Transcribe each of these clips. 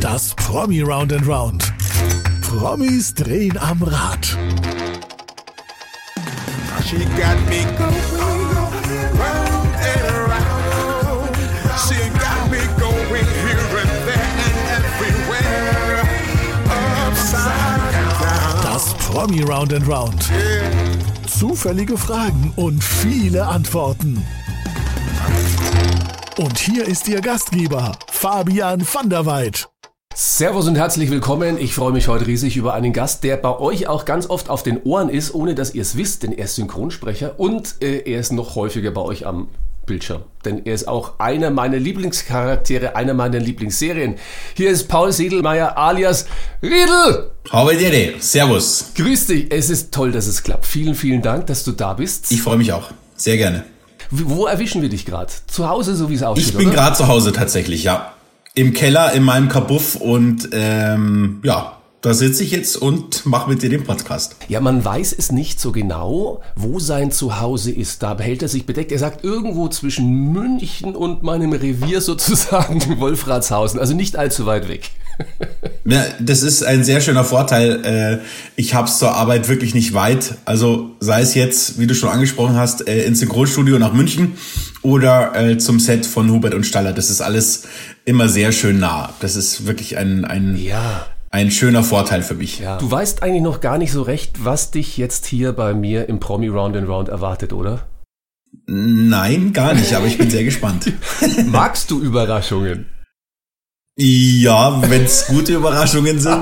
Das Promi Round and Round. Promis drehen am Rad. She got me going round and around. She got me going here and there and everywhere. Upside down. Das Promi Round and Round. Yeah. Zufällige Fragen und viele Antworten. Und hier ist Ihr Gastgeber, Fabian van der Weid. Servus und herzlich willkommen. Ich freue mich heute riesig über einen Gast, der bei euch auch ganz oft auf den Ohren ist, ohne dass ihr es wisst, denn er ist Synchronsprecher und er ist noch häufiger bei euch am Bildschirm. Denn er ist auch einer meiner Lieblingscharaktere, einer meiner Lieblingsserien. Hier ist Paul Sedlmayr alias Riedl. Habe dir, servus. Grüß dich, es ist toll, dass es klappt. Vielen, vielen Dank, dass du da bist. Ich freue mich auch, sehr gerne. Wo erwischen wir dich gerade? Zu Hause, so wie es aussieht, Ich bin gerade zu Hause tatsächlich, ja. Im Keller, in meinem Kabuff und da sitze ich jetzt und mache mit dir den Podcast. Ja, man weiß es nicht so genau, wo sein Zuhause ist. Da behält er sich bedeckt. Er sagt irgendwo zwischen München und meinem Revier sozusagen Wolfratshausen. Also nicht allzu weit weg. Ja, das ist ein sehr schöner Vorteil. Ich habe es zur Arbeit wirklich nicht weit. Also sei es jetzt, wie du schon angesprochen hast, ins Synchronstudio nach München oder zum Set von Hubert und Staller. Das ist alles immer sehr schön nah. Das ist wirklich ein schöner Vorteil für mich. Ja. Du weißt eigentlich noch gar nicht so recht, was dich jetzt hier bei mir im Promi Round and Round erwartet, oder? Nein, gar nicht, aber ich bin sehr gespannt. Magst du Überraschungen? Ja, wenn es gute Überraschungen sind.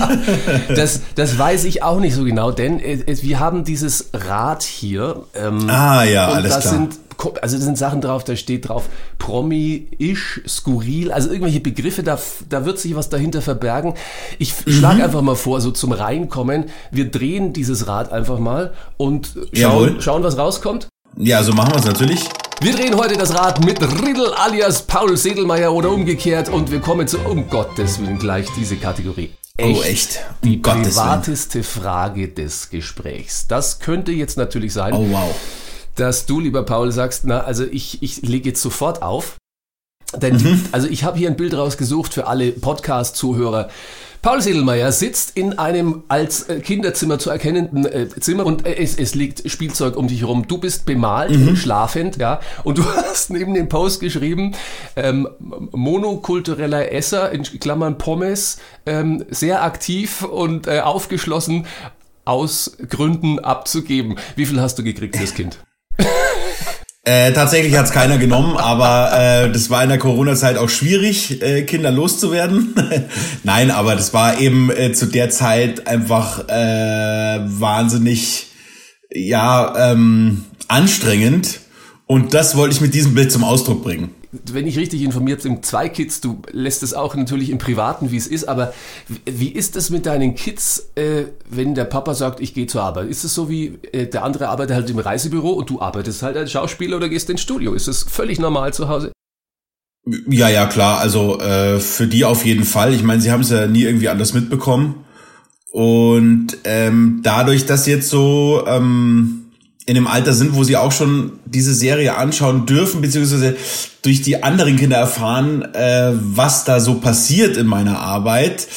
Das weiß ich auch nicht so genau, denn wir haben dieses Rad hier. Alles klar. Da sind Sachen drauf, da steht drauf Promi-isch, skurril, also irgendwelche Begriffe, da wird sich was dahinter verbergen. Ich schlage einfach mal vor, so zum Reinkommen, wir drehen dieses Rad einfach mal und schauen, was rauskommt. Ja, so machen wir es natürlich. Wir drehen heute das Rad mit Riedl alias Paul Sedlmayr oder umgekehrt und wir kommen zu, um Gottes Willen, gleich diese Kategorie. Echt? Die privateste Frage des Gesprächs. Das könnte jetzt natürlich sein, dass du, lieber Paul, sagst, ich lege jetzt sofort auf. Denn ich habe hier ein Bild rausgesucht für alle Podcast-Zuhörer. Paul Sedlmayr sitzt in einem als Kinderzimmer zu erkennenden Zimmer und es liegt Spielzeug um dich herum. Du bist bemalt, schlafend, ja, und du hast neben dem Post geschrieben, monokultureller Esser, in Klammern Pommes, sehr aktiv und aufgeschlossen, aus Gründen abzugeben. Wie viel hast du gekriegt fürs Kind? Tatsächlich hat's keiner genommen, aber das war in der Corona-Zeit auch schwierig, Kinder loszuwerden. Nein, aber das war eben zu der Zeit einfach wahnsinnig anstrengend. Und das wollte ich mit diesem Bild zum Ausdruck bringen. Wenn ich richtig informiert bin, 2 Kids, du lässt es auch natürlich im Privaten, wie es ist, aber wie ist es mit deinen Kids, wenn der Papa sagt, ich gehe zur Arbeit? Ist es so wie der andere arbeitet halt im Reisebüro und du arbeitest halt als Schauspieler oder gehst ins Studio? Ist das völlig normal zu Hause? Ja, klar, also für die auf jeden Fall. Ich meine, sie haben es ja nie irgendwie anders mitbekommen. Und dadurch, dass sie jetzt so in dem Alter sind, wo sie auch schon diese Serie anschauen dürfen, beziehungsweise durch die anderen Kinder erfahren, was da so passiert in meiner Arbeit,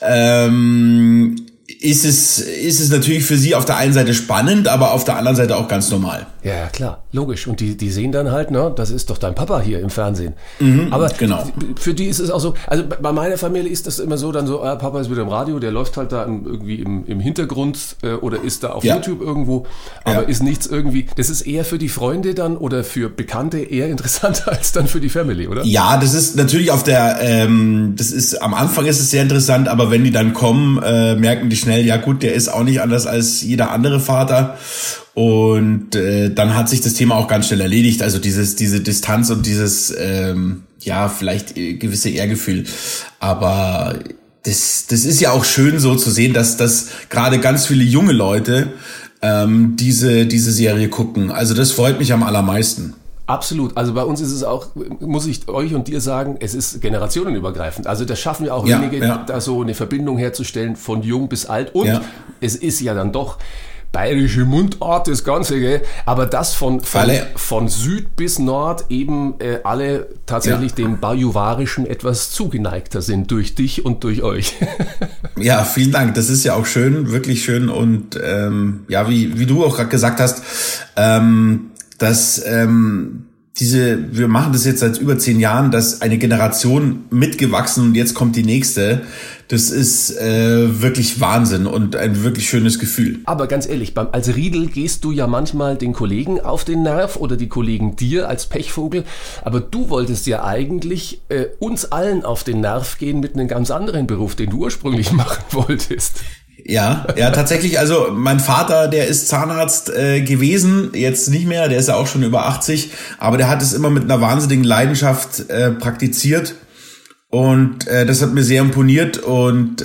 ist es natürlich für sie auf der einen Seite spannend, aber auf der anderen Seite auch ganz normal. Ja, klar, logisch. Und die sehen dann halt, ne, das ist doch dein Papa hier im Fernsehen. Aber genau. Für die ist es auch so, also bei meiner Familie ist das immer so, dann so, Papa ist wieder im Radio, der läuft halt da irgendwie im Hintergrund oder ist da auf YouTube irgendwo, aber ist nichts irgendwie, das ist eher für die Freunde dann oder für Bekannte eher interessanter als dann für die Family, oder? Ja, das ist natürlich am Anfang ist es sehr interessant, aber wenn die dann kommen, merken die schnell, ja gut, der ist auch nicht anders als jeder andere Vater. Und dann hat sich das Thema auch ganz schnell erledigt. Also diese Distanz und dieses vielleicht gewisse Ehrgefühl. Aber das ist ja auch schön so zu sehen, dass gerade ganz viele junge Leute diese Serie gucken. Also das freut mich am allermeisten. Absolut. Also bei uns ist es auch, muss ich euch und dir sagen, es ist generationenübergreifend. Also das schaffen wir auch wenige, da so eine Verbindung herzustellen von jung bis alt. Und es ist ja dann doch bayerische Mundart, das Ganze, gell? Aber das von Süd bis Nord eben alle tatsächlich dem Bajuwarischen etwas zugeneigter sind durch dich und durch euch. Ja, vielen Dank. Das ist ja auch schön, wirklich schön. Und wie du auch gerade gesagt hast, dass wir machen das jetzt seit über 10 Jahren, dass eine Generation mitgewachsen und jetzt kommt die nächste. Das ist wirklich Wahnsinn und ein wirklich schönes Gefühl. Aber ganz ehrlich, als Riedel gehst du ja manchmal den Kollegen auf den Nerv oder die Kollegen dir als Pechvogel. Aber du wolltest ja eigentlich uns allen auf den Nerv gehen mit einem ganz anderen Beruf, den du ursprünglich machen wolltest. Ja, tatsächlich. Also mein Vater, der ist Zahnarzt gewesen, jetzt nicht mehr, der ist ja auch schon über 80, aber der hat es immer mit einer wahnsinnigen Leidenschaft praktiziert und das hat mir sehr imponiert und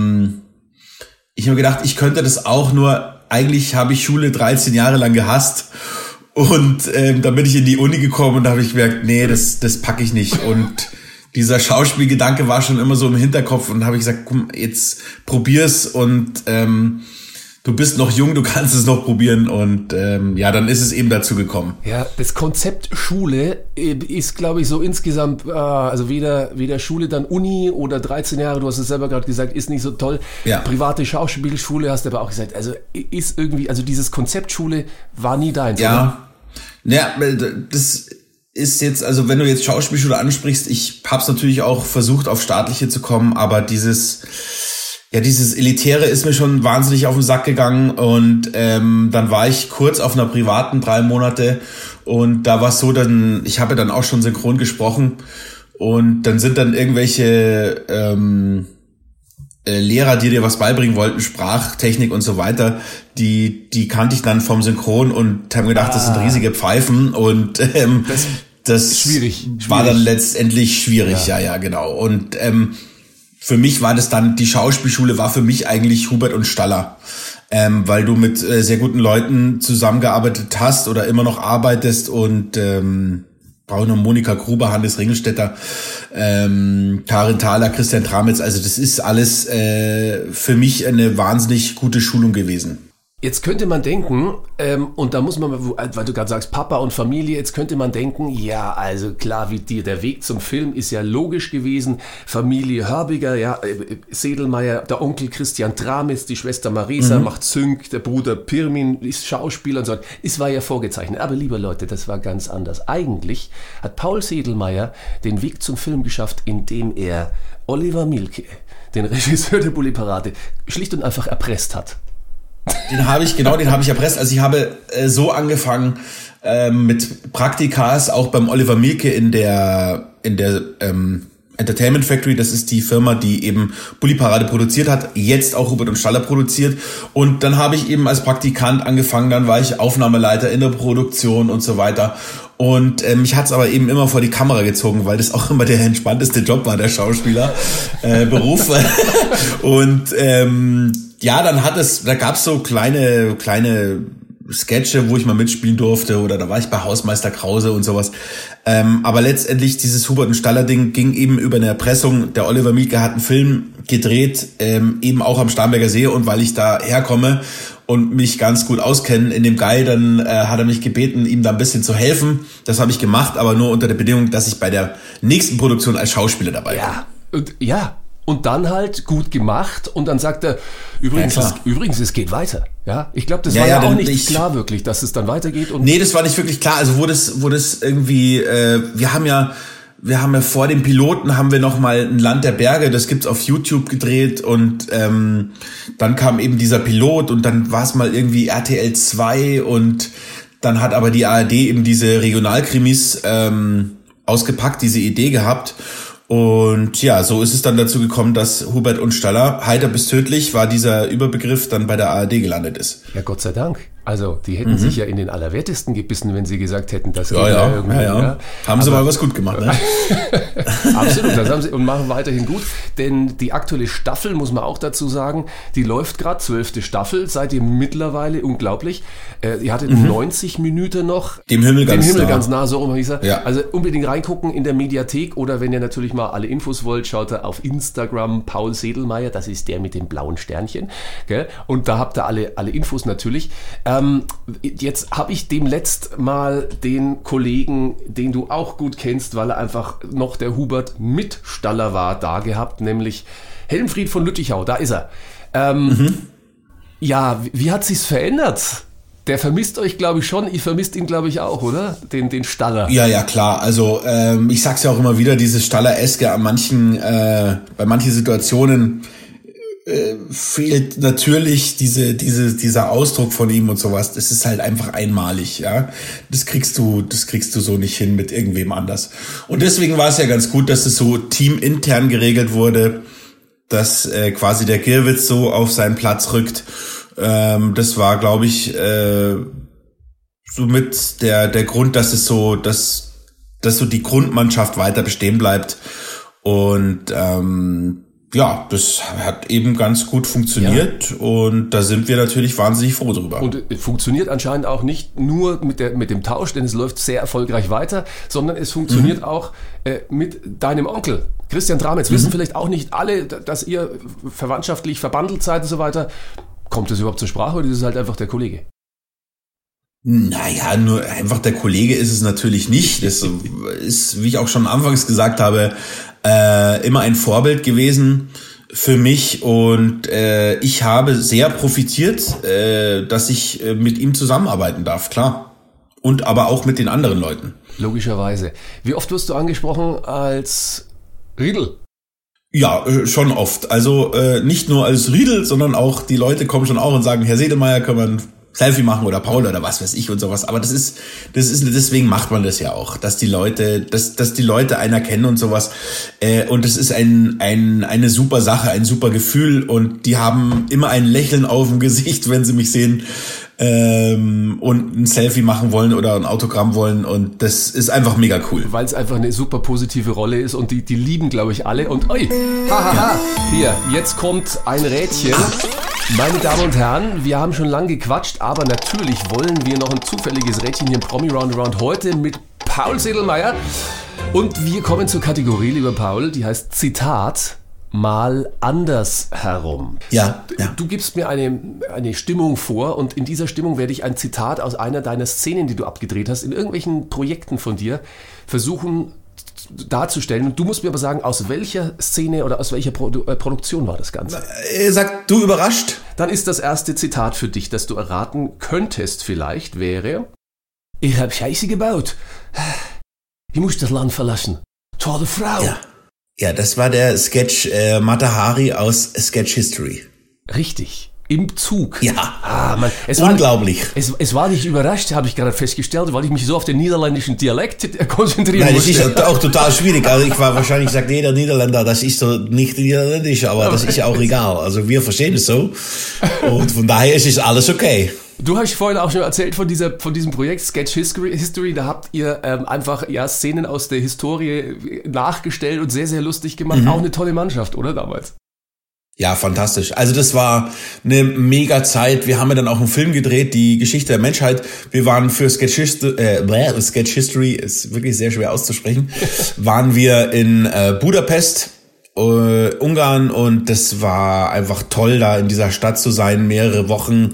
ich habe gedacht, ich könnte das auch, nur eigentlich habe ich Schule 13 Jahre lang gehasst und dann bin ich in die Uni gekommen und da habe ich gemerkt, nee, das packe ich nicht und dieser Schauspielgedanke war schon immer so im Hinterkopf und habe ich gesagt, komm, jetzt probier's und du bist noch jung, du kannst es noch probieren und dann ist es eben dazu gekommen. Ja, das Konzept Schule ist, glaube ich, so insgesamt, also weder Schule, dann Uni oder 13 Jahre, du hast es selber gerade gesagt, ist nicht so toll. Ja. Private Schauspielschule hast du aber auch gesagt, also ist irgendwie, also dieses Konzept Schule war nie deins, oder? Ja, das ist jetzt, also wenn du jetzt Schauspielschule ansprichst, ich hab's natürlich auch versucht, auf staatliche zu kommen, aber dieses Elitäre ist mir schon wahnsinnig auf den Sack gegangen und dann war ich kurz auf einer privaten 3 Monate und da war es so, ich habe dann auch schon synchron gesprochen und dann sind dann irgendwelche Lehrer, die dir was beibringen wollten, Sprachtechnik und so weiter, die kannte ich dann vom Synchron und haben gedacht, das sind riesige Pfeifen und das schwierig. War dann letztendlich schwierig, ja, genau. Und für mich war das dann, die Schauspielschule war für mich eigentlich Hubert und Staller, weil du mit sehr guten Leuten zusammengearbeitet hast oder immer noch arbeitest und Bruno, Monika Gruber, Hannes Ringelstetter, Karin Thaler, Christian Tramitz, also das ist alles für mich eine wahnsinnig gute Schulung gewesen. Jetzt könnte man denken, und da muss man, weil du gerade sagst, Papa und Familie, jetzt könnte man denken, ja, also klar, wie dir, der Weg zum Film ist ja logisch gewesen, Familie Hörbiger, ja, Sedlmeier, der Onkel Christian Tramitz, die Schwester Marisa macht Sync, der Bruder Pirmin ist Schauspieler und so. Es war ja vorgezeichnet, aber liebe Leute, das war ganz anders. Eigentlich hat Paul Sedlmeier den Weg zum Film geschafft, indem er Oliver Mielke, den Regisseur der Bulli Parade, schlicht und einfach erpresst hat. Den habe ich erpresst. Also ich habe so angefangen mit Praktikas, auch beim Oliver Mielke in der Entertainment Factory. Das ist die Firma, die eben Bulli Parade produziert hat, jetzt auch Hubert und Staller produziert. Und dann habe ich eben als Praktikant angefangen, dann war ich Aufnahmeleiter in der Produktion und so weiter. Und mich hat's aber eben immer vor die Kamera gezogen, weil das auch immer der entspannteste Job war, der Schauspieler Beruf. Und da gab's so kleine Sketche, wo ich mal mitspielen durfte, oder da war ich bei Hausmeister Krause und sowas. Aber letztendlich dieses Hubert und Staller Ding ging eben über eine Erpressung. Der Oliver Mielke hat einen Film gedreht, eben auch am Starnberger See, und weil ich da herkomme und mich ganz gut auskenne in dem Guy, dann hat er mich gebeten, ihm da ein bisschen zu helfen. Das habe ich gemacht, aber nur unter der Bedingung, dass ich bei der nächsten Produktion als Schauspieler dabei bin. Und dann halt gut gemacht, und dann sagt er, übrigens, es geht weiter. Ja, ich glaube, das war ja auch nicht klar wirklich, dass es dann weitergeht. Und nee, das war nicht wirklich klar. Also wo das irgendwie, wir haben ja vor dem Piloten haben wir noch mal ein Land der Berge, das gibt's auf YouTube gedreht, und dann kam eben dieser Pilot, und dann war es mal irgendwie RTL 2, und dann hat aber die ARD eben diese Regionalkrimis ausgepackt, diese Idee gehabt. Und ja, so ist es dann dazu gekommen, dass Hubert und Staller, heiter bis tödlich, war dieser Überbegriff, dann bei der ARD gelandet ist. Ja, Gott sei Dank. Also, die hätten sich ja in den Allerwertesten gebissen, wenn sie gesagt hätten, das geht irgendwie. Ja. Haben sie mal was gut gemacht, ne? Absolut, das haben sie und machen weiterhin gut. Denn die aktuelle Staffel, muss man auch dazu sagen, die läuft gerade, 12. Staffel, seid ihr mittlerweile, unglaublich. Ihr hattet 90 Minuten noch. Dem Himmel ganz nah, so rum hieß er. Ja. Also unbedingt reingucken in der Mediathek oder wenn ihr natürlich mal alle Infos wollt, schaut ihr auf Instagram, Paul Sedelmeier, das ist der mit dem blauen Sternchen. Gell? Und da habt ihr alle Infos natürlich. Jetzt habe ich demletzt mal den Kollegen, den du auch gut kennst, weil er einfach noch der Hubert Mitstaller war, da gehabt, nämlich Helmfried von Lüttichau, da ist er. Ja, wie hat sich's verändert? Der vermisst euch, glaube ich, schon. Ihr vermisst ihn, glaube ich, auch, oder? Den Staller. Ja, klar. Also ich sag's ja auch immer wieder, dieses Staller-eske an bei manchen Situationen fehlt natürlich dieser Ausdruck von ihm und sowas. Das ist halt einfach einmalig, ja. Das kriegst du so nicht hin mit irgendwem anders. Und deswegen war es ja ganz gut, dass es so teamintern geregelt wurde, dass quasi der Girwitz so auf seinen Platz rückt. Das war, glaube ich, somit der Grund, dass so die Grundmannschaft weiter bestehen bleibt. Und ja, das hat eben ganz gut funktioniert und da sind wir natürlich wahnsinnig froh drüber. Und funktioniert anscheinend auch nicht nur mit dem Tausch, denn es läuft sehr erfolgreich weiter, sondern es funktioniert auch mit deinem Onkel, Christian Drametz. Wissen vielleicht auch nicht alle, dass ihr verwandtschaftlich verbandelt seid und so weiter. Kommt das überhaupt zur Sprache oder ist es halt einfach der Kollege? Naja, nur einfach der Kollege ist es natürlich nicht. Das ist, wie ich auch schon anfangs gesagt habe, immer ein Vorbild gewesen für mich und ich habe sehr profitiert, dass ich mit ihm zusammenarbeiten darf, klar. Und aber auch mit den anderen Leuten. Logischerweise. Wie oft wirst du angesprochen als Riedl? Ja, schon oft. Also nicht nur als Riedl, sondern auch die Leute kommen schon auch und sagen, Herr Sedelmeier, können wir ein Selfie machen oder Paul oder was weiß ich und sowas. Aber das ist deswegen macht man das ja auch, dass die Leute einen erkennen und sowas. Und es ist eine super Sache, ein super Gefühl und die haben immer ein Lächeln auf dem Gesicht, wenn sie mich sehen und ein Selfie machen wollen oder ein Autogramm wollen und das ist einfach mega cool. Weil es einfach eine super positive Rolle ist und die lieben, glaube ich, alle und hier, jetzt kommt ein Rädchen. Meine Damen und Herren, wir haben schon lange gequatscht, aber natürlich wollen wir noch ein zufälliges Rädchen hier im Promi Roundaround heute mit Paul Sedelmeier und wir kommen zur Kategorie, lieber Paul, die heißt Zitat mal anders herum. Ja. Du gibst mir eine Stimmung vor und in dieser Stimmung werde ich ein Zitat aus einer deiner Szenen, die du abgedreht hast, in irgendwelchen Projekten von dir versuchen darzustellen. Und du musst mir aber sagen, aus welcher Szene oder aus welcher Produktion war das Ganze? Sag du überrascht? Dann ist das erste Zitat für dich, das du erraten könntest vielleicht, wäre: Ich hab Scheiße gebaut. Ich muss das Land verlassen. Tolle Frau. Ja, das war der Sketch Mata Hari aus Sketch History. Richtig. Im Zug. Ja, unglaublich. Es war nicht überrascht, habe ich gerade festgestellt, weil ich mich so auf den niederländischen Dialekt konzentrieren musste. Nein, das ist auch total schwierig. Also wahrscheinlich sagt jeder Niederländer, das ist so nicht niederländisch, aber das ist ja auch egal. Also wir verstehen es so. Und von daher ist es alles okay. Du hast vorhin auch schon erzählt von diesem Projekt Sketch History. Da habt ihr einfach Szenen aus der Historie nachgestellt und sehr, sehr lustig gemacht. Auch eine tolle Mannschaft, oder damals? Ja, fantastisch. Also das war eine mega Zeit. Wir haben ja dann auch einen Film gedreht, die Geschichte der Menschheit. Wir waren für Sketch History, ist wirklich sehr schwer auszusprechen, waren wir in Budapest, Ungarn und das war einfach toll, da in dieser Stadt zu sein, mehrere Wochen.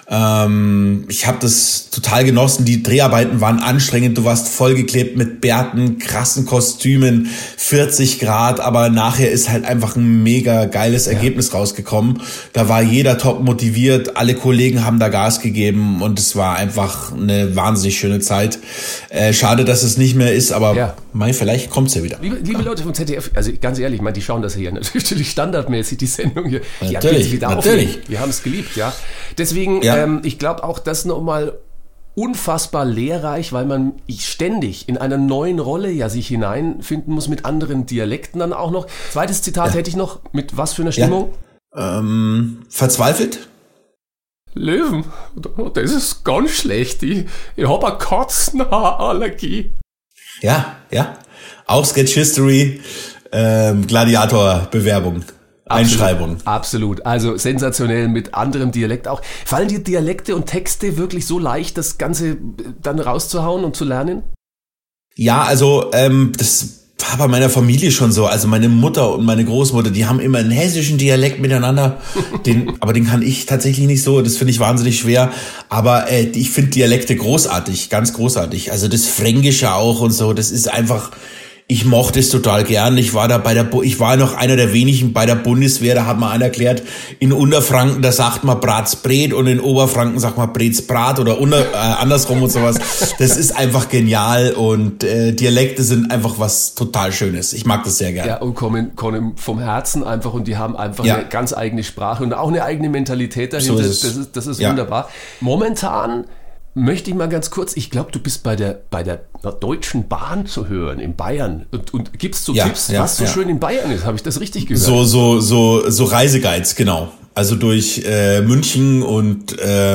Ich habe das total genossen. Die Dreharbeiten waren anstrengend. Du warst vollgeklebt mit Bärten, krassen Kostümen, 40 Grad. Aber nachher ist halt einfach ein mega geiles Ergebnis rausgekommen. Da war jeder top motiviert. Alle Kollegen haben da Gas gegeben und es war einfach eine wahnsinnig schöne Zeit. Schade, dass es nicht mehr ist, aber vielleicht kommt's ja wieder. Liebe Leute vom ZDF, also ganz ehrlich, ich meine, die schauen das hier natürlich standardmäßig, die Sendung hier. Natürlich. Wir haben es geliebt, ja. Deswegen, ich glaube auch, das nochmal unfassbar lehrreich, weil man ständig in einer neuen Rolle sich hineinfinden muss, mit anderen Dialekten dann auch noch. Zweites Zitat hätte ich noch, mit was für einer Stimmung? Verzweifelt? Löwen, das ist ganz schlecht. Ich habe eine Katzenhaarallergie. Ja. Auch Sketch History, Gladiator-Bewerbung. Einschreibung. Absolut. Also sensationell mit anderem Dialekt auch. Fallen dir Dialekte und Texte wirklich so leicht, das Ganze dann rauszuhauen und zu lernen? Ja, also das war bei meiner Familie schon so. Also meine Mutter und meine Großmutter, die haben immer einen hessischen Dialekt miteinander. Aber den kann ich tatsächlich nicht so. Das finde ich wahnsinnig schwer. Aber ich finde Dialekte großartig, ganz großartig. Also das Fränkische auch und so, das ist einfach... Ich mochte es total gern. Ich war noch einer der wenigen bei der Bundeswehr, da hat mir einer erklärt, in Unterfranken, da sagt man Bratsbret und in Oberfranken sagt man Bretsbrat oder andersrum und sowas. Das ist einfach genial und Dialekte sind einfach was total Schönes. Ich mag das sehr gern. Ja, und kommen vom Herzen einfach und die haben einfach eine ganz eigene Sprache und auch eine eigene Mentalität dahinter. So das ist wunderbar. Momentan möchte ich mal ganz kurz, ich glaube, du bist bei der Deutschen Bahn zu hören in Bayern und gibst so Tipps, was so schön in Bayern ist. Habe ich das richtig gehört? So Reiseguides, genau. Also durch München und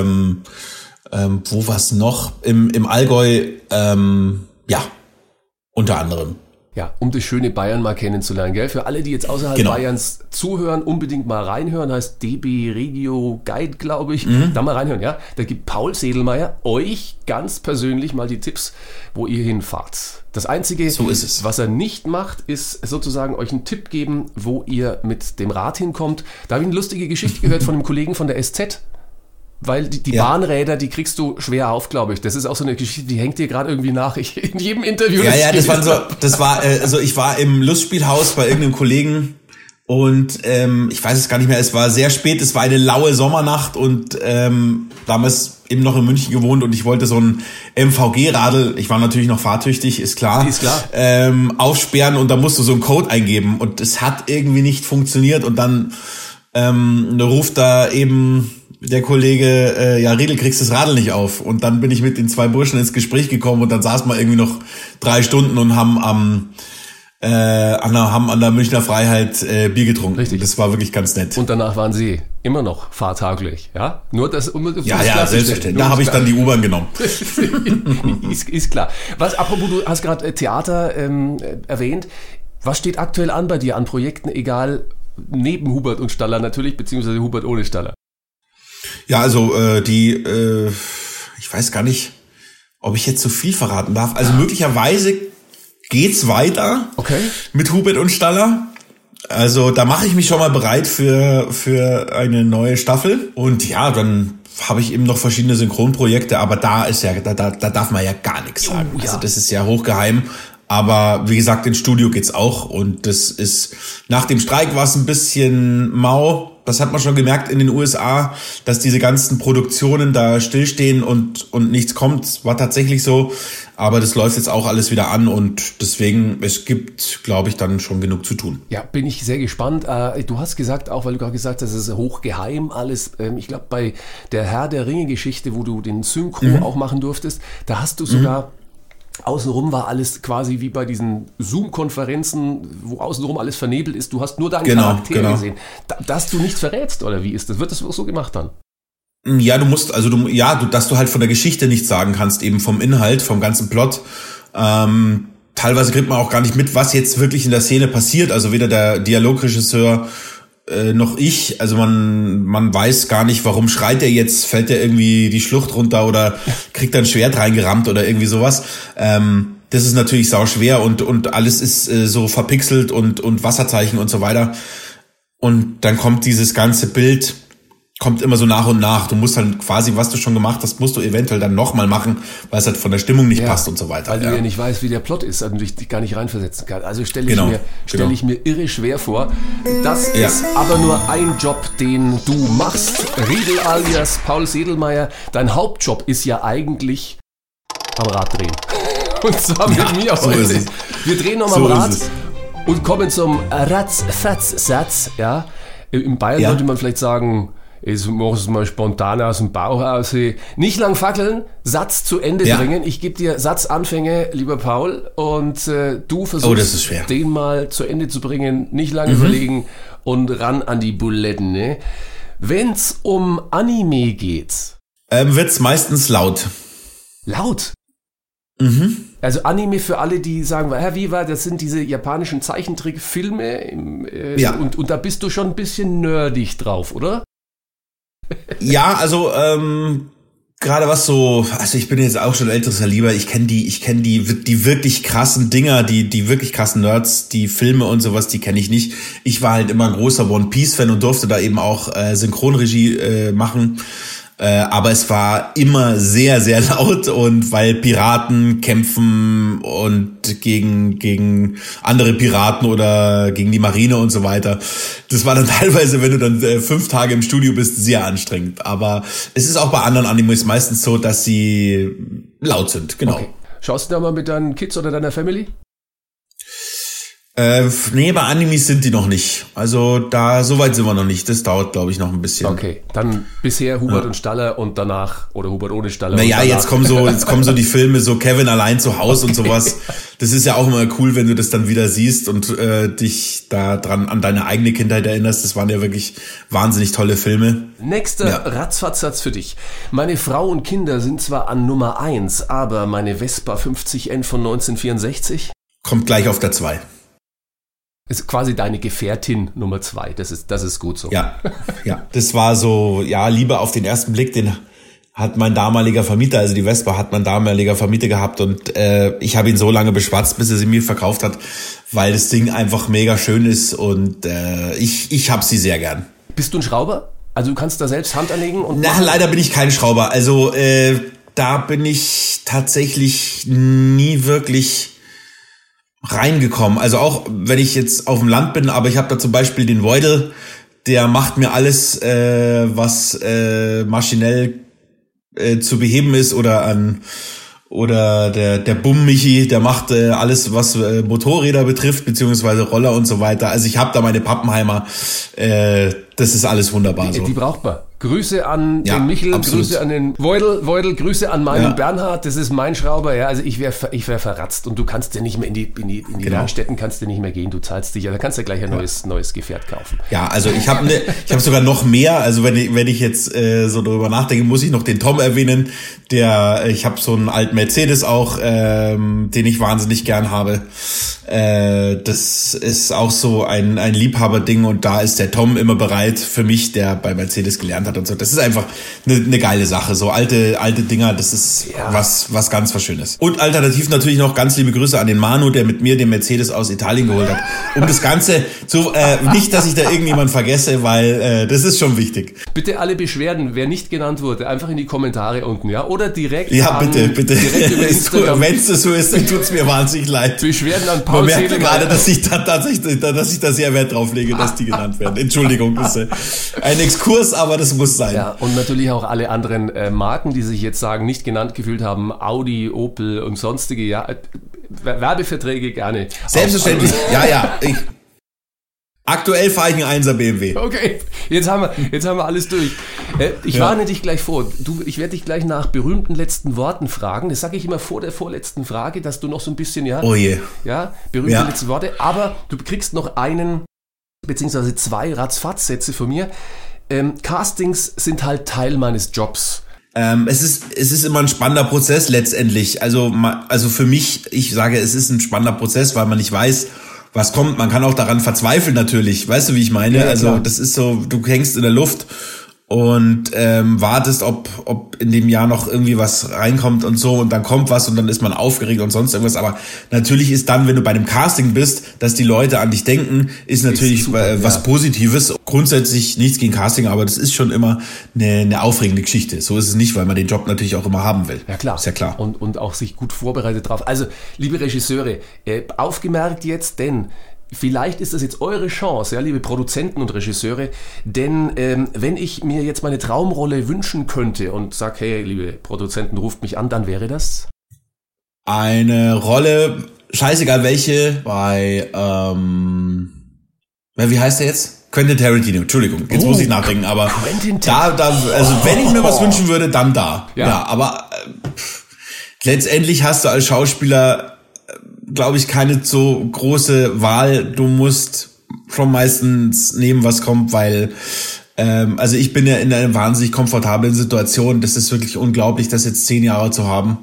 wo war's noch? Im Allgäu, unter anderem. Ja, um das schöne Bayern mal kennenzulernen, gell? Für alle, die jetzt außerhalb Bayerns zuhören, unbedingt mal reinhören, heißt DB Regio Guide, glaube ich. Da mal reinhören, ja? Da gibt Paul Sedelmeier euch ganz persönlich mal die Tipps, wo ihr hinfahrt. Das Einzige, was er nicht macht, ist sozusagen euch einen Tipp geben, wo ihr mit dem Rad hinkommt. Da habe ich eine lustige Geschichte gehört von einem Kollegen von der SZ. Weil die Bahnräder, die kriegst du schwer auf, glaube ich. Das ist auch so eine Geschichte, die hängt dir gerade irgendwie nach. In jedem Interview. Ich war im Lustspielhaus bei irgendeinem Kollegen und ich weiß es gar nicht mehr, es war sehr spät, es war eine laue Sommernacht und damals eben noch in München gewohnt und ich wollte so ein MVG-Radl, ich war natürlich noch fahrtüchtig, ist klar. Aufsperren und da musst du so einen Code eingeben und es hat irgendwie nicht funktioniert und dann ruft da eben der Kollege, Riedel, kriegst das Radl nicht auf. Und dann bin ich mit den 2 Burschen ins Gespräch gekommen und dann saßen wir irgendwie noch 3 Stunden und haben an der Münchner Freiheit Bier getrunken. Richtig. Das war wirklich ganz nett. Und danach waren sie immer noch fahrtauglich, ja? Nur das, selbstverständlich. Da habe ich dann die U-Bahn genommen. ist klar. Apropos, du hast gerade Theater erwähnt. Was steht aktuell an bei dir an Projekten, egal neben Hubert und Staller natürlich, beziehungsweise Hubert ohne Staller? Ja, also ich weiß gar nicht, ob ich jetzt so viel verraten darf. Also möglicherweise geht's weiter mit Hubert und Staller. Also da mache ich mich schon mal bereit für eine neue Staffel. Und ja, dann habe ich eben noch verschiedene Synchronprojekte, aber da darf man ja gar nichts sagen. Oh, ja. Also das ist ja hochgeheim. Aber wie gesagt, ins Studio geht's auch und das ist, nach dem Streik war es ein bisschen mau. Das hat man schon gemerkt in den USA, dass diese ganzen Produktionen da stillstehen und nichts kommt. War tatsächlich so. Aber das läuft jetzt auch alles wieder an und deswegen, es gibt, glaube ich, dann schon genug zu tun. Ja, bin ich sehr gespannt. Du hast gesagt, auch weil du gerade gesagt hast, es ist hochgeheim alles. Ich glaube, bei der Herr der Ringe-Geschichte, wo du den Synchro auch machen durftest, da hast du sogar... Außenrum war alles quasi wie bei diesen Zoom-Konferenzen, wo außenrum alles vernebelt ist. Du hast nur deinen Charakter gesehen. Dass du nichts verrätst, oder wie ist das? Wird das so gemacht dann? Ja, dass du halt von der Geschichte nichts sagen kannst, eben vom Inhalt, vom ganzen Plot. Teilweise kriegt man auch gar nicht mit, was jetzt wirklich in der Szene passiert. Also weder der Dialogregisseur noch ich, also man weiß gar nicht, warum schreit er jetzt, fällt er irgendwie die Schlucht runter oder kriegt er ein Schwert reingerammt oder irgendwie sowas. Das ist natürlich sauschwer und alles ist so verpixelt und Wasserzeichen und so weiter. Und dann kommt dieses ganze Bild, kommt immer so nach und nach. Du musst halt quasi, was du schon gemacht hast, musst du eventuell dann nochmal machen, weil es halt von der Stimmung nicht passt und so weiter. Weil du ja nicht weißt, wie der Plot ist, also dich gar nicht reinversetzen kann. Also stelle ich mir irre schwer vor. Das ist aber nur ein Job, den du machst. Riedel alias Paul Sedelmeier. Dein Hauptjob ist ja eigentlich am Rad drehen. Und zwar mit mir heute. So wir drehen noch mal am Rad und kommen zum Ratz-Fatz-Satz. Ja? In Bayern würde man vielleicht sagen... Jetzt mach es mal spontan aus dem Bauch aus. Nicht lang fackeln, Satz zu Ende bringen. Ich gebe dir Satzanfänge, lieber Paul, und du versuchst den mal zu Ende zu bringen. Nicht lange überlegen und ran an die Buletten. Ne? Wenn's um Anime geht. Wird's meistens laut. Laut? Mhm. Also Anime für alle, die sagen, wie war, das sind diese japanischen Zeichentrickfilme Ja. Und da bist du schon ein bisschen nerdig drauf, oder? Ja, also gerade was so, also ich bin jetzt auch schon älteres Kaliber, ich kenne die wirklich krassen Dinger, die wirklich krassen Nerds, die Filme und sowas, die kenne ich nicht. Ich war halt immer ein großer One Piece Fan und durfte da eben auch Synchronregie machen. Aber es war immer sehr, sehr laut und weil Piraten kämpfen und gegen andere Piraten oder gegen die Marine und so weiter. Das war dann teilweise, wenn du dann 5 Tage im Studio bist, sehr anstrengend. Aber es ist auch bei anderen Animes meistens so, dass sie laut sind, genau. Okay. Schaust du da mal mit deinen Kids oder deiner Family? Nee, bei Animes sind die noch nicht. Also so weit sind wir noch nicht. Das dauert, glaube ich, noch ein bisschen. Okay, dann bisher Hubert und Staller und danach, oder Hubert ohne Staller. Naja, jetzt kommen so die Filme, so Kevin allein zu Hause und sowas. Das ist ja auch immer cool, wenn du das dann wieder siehst und dich da dran an deine eigene Kindheit erinnerst. Das waren ja wirklich wahnsinnig tolle Filme. Nächster Ratzfatzsatz für dich. Meine Frau und Kinder sind zwar an Nummer 1, aber meine Vespa 50N von 1964? Kommt gleich auf der 2. Ist quasi deine Gefährtin Nummer 2. Das ist gut so. Ja. Das war so, Liebe auf den ersten Blick, den hat mein damaliger Vermieter, also die Vespa hat mein damaliger Vermieter gehabt und ich habe ihn so lange beschwatzt, bis er sie mir verkauft hat, weil das Ding einfach mega schön ist und ich habe sie sehr gern. Bist du ein Schrauber? Also du kannst da selbst Hand anlegen? Leider bin ich kein Schrauber. Also da bin ich tatsächlich nie wirklich reingekommen. Also auch wenn ich jetzt auf dem Land bin, aber ich habe da zum Beispiel den Voidel, der macht mir alles, was maschinell zu beheben ist oder der Bumm-Michi, der macht alles, was Motorräder betrifft, beziehungsweise Roller und so weiter. Also ich habe da meine Pappenheimer, das ist alles wunderbar so. Die braucht man. Grüße an den Michel, absolut. Grüße an den Voidel, Grüße an meinen Bernhard, das ist mein Schrauber, ja, also ich wär verratzt und du kannst ja nicht mehr in die Werkstätten kannst du nicht mehr gehen, du zahlst dich, da kannst du ja gleich ein neues Gefährt kaufen. Ja, also ich habe sogar noch mehr, also wenn ich jetzt so darüber nachdenke, muss ich noch den Tom erwähnen, ich habe so einen alten Mercedes auch, den ich wahnsinnig gern habe. Das ist auch so ein Liebhaberding und da ist der Tom immer bereit für mich, der bei Mercedes gelernt hat und so. Das ist einfach eine geile Sache. So alte Dinger, das ist was ganz was Schönes. Und alternativ natürlich noch ganz liebe Grüße an den Manu, der mit mir den Mercedes aus Italien geholt hat. Um das Ganze nicht, dass ich da irgendjemand vergesse, weil das ist schon wichtig. Bitte alle Beschwerden, wer nicht genannt wurde, einfach in die Kommentare unten, ja? Oder direkt bitte. Direkt über Instagram. Wenn es so ist, dann tut's mir wahnsinnig leid. Beschwerden an Paul. Man merkt gerade, dass ich da sehr Wert drauf lege, dass die genannt werden. Entschuldigung, das ist ein Exkurs, aber das muss sein. Ja, und natürlich auch alle anderen Marken, die sich jetzt sagen, nicht genannt gefühlt haben, Audi, Opel und sonstige, Werbeverträge gerne. Selbstverständlich, aktuell fahre ich einen 1er BMW. Okay, jetzt haben wir alles durch. Ich warne dich gleich vor. Ich werde dich gleich nach berühmten letzten Worten fragen. Das sage ich immer vor der vorletzten Frage, dass du noch so ein bisschen, berühmte letzte Worte. Aber du kriegst noch einen, beziehungsweise 2 Ratzfatz-Sätze von mir. Castings sind halt Teil meines Jobs. Es ist immer ein spannender Prozess letztendlich. Also für mich, ich sage, es ist ein spannender Prozess, weil man nicht weiß, was kommt. Man kann auch daran verzweifeln natürlich. Weißt du, wie ich meine? Ja, also das ist so, du hängst in der Luft und wartest, ob in dem Jahr noch irgendwie was reinkommt und so und dann kommt was und dann ist man aufgeregt und sonst irgendwas. Aber natürlich ist dann, wenn du bei einem Casting bist, dass die Leute an dich denken, ist natürlich super, was Positives. Grundsätzlich nichts gegen Casting, aber das ist schon immer eine aufregende Geschichte. So ist es nicht, weil man den Job natürlich auch immer haben will. Ja klar. Ist ja klar. Und auch sich gut vorbereitet drauf. Also, liebe Regisseure, aufgemerkt jetzt, denn vielleicht ist das jetzt eure Chance, ja, liebe Produzenten und Regisseure, denn wenn ich mir jetzt meine Traumrolle wünschen könnte und sag, hey, liebe Produzenten, ruft mich an, dann wäre das? Eine Rolle, scheißegal welche, bei, wie heißt der jetzt? Quentin Tarantino, Entschuldigung, jetzt muss ich nachdenken, aber wenn ich mir was wünschen würde, dann da. Ja, aber letztendlich hast du als Schauspieler, glaube ich, keine so große Wahl. Du musst schon meistens nehmen, was kommt, weil Also ich bin ja in einer wahnsinnig komfortablen Situation. Das ist wirklich unglaublich, das jetzt 10 Jahre zu haben.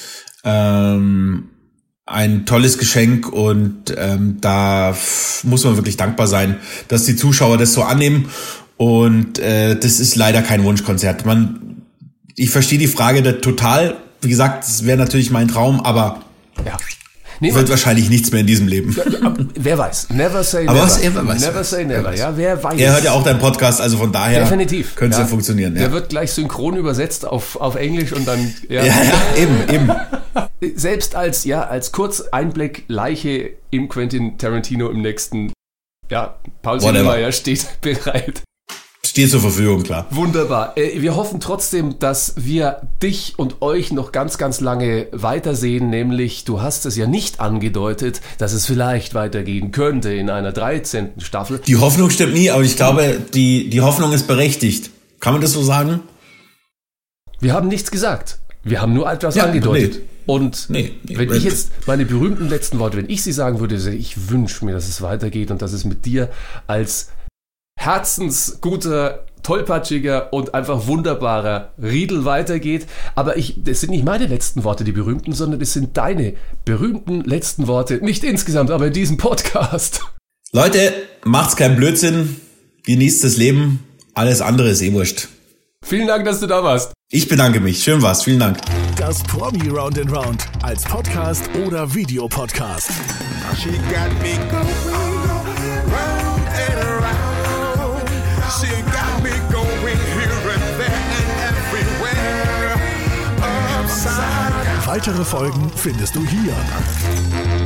Ein tolles Geschenk und da muss man wirklich dankbar sein, dass die Zuschauer das so annehmen. Und das ist leider kein Wunschkonzert. Ich verstehe die Frage total. Wie gesagt, das wäre natürlich mein Traum, aber ja. Wird wahrscheinlich nichts mehr in diesem Leben. Wer weiß. Never say never. Aber was er weiß. Never say never. Ja, wer weiß. Er hört ja auch deinen Podcast, also von daher definitiv. Könnte es ja funktionieren. Ja. Der wird gleich synchron übersetzt auf Englisch und dann... Ja, eben. Selbst als Kurzeinblick Leiche im Quentin Tarantino im nächsten... Ja, Paul Siebenmeier steht bereit. Steht zur Verfügung, klar. Wunderbar. Wir hoffen trotzdem, dass wir dich und euch noch ganz, ganz lange weitersehen, nämlich, du hast es ja nicht angedeutet, dass es vielleicht weitergehen könnte in einer 13. Staffel. Die Hoffnung stimmt nie, aber ich glaube, die Hoffnung ist berechtigt. Kann man das so sagen? Wir haben nichts gesagt. Wir haben nur etwas angedeutet. Nee. Und wenn ich jetzt meine berühmten letzten Worte, wenn ich sie sagen würde, ich wünsche mir, dass es weitergeht und dass es mit dir als herzensguter, tollpatschiger und einfach wunderbarer Riedel weitergeht. Aber das sind nicht meine letzten Worte, die berühmten, sondern das sind deine berühmten letzten Worte. Nicht insgesamt, aber in diesem Podcast. Leute, macht's keinen Blödsinn. Genießt das Leben. Alles andere ist wurscht. Vielen Dank, dass du da warst. Ich bedanke mich. Schön war's. Vielen Dank. Das Promi Round and Round als Podcast oder Videopodcast. She got me going round and around. She got me going here and there and everywhere. Upside down. Weitere Folgen findest du hier.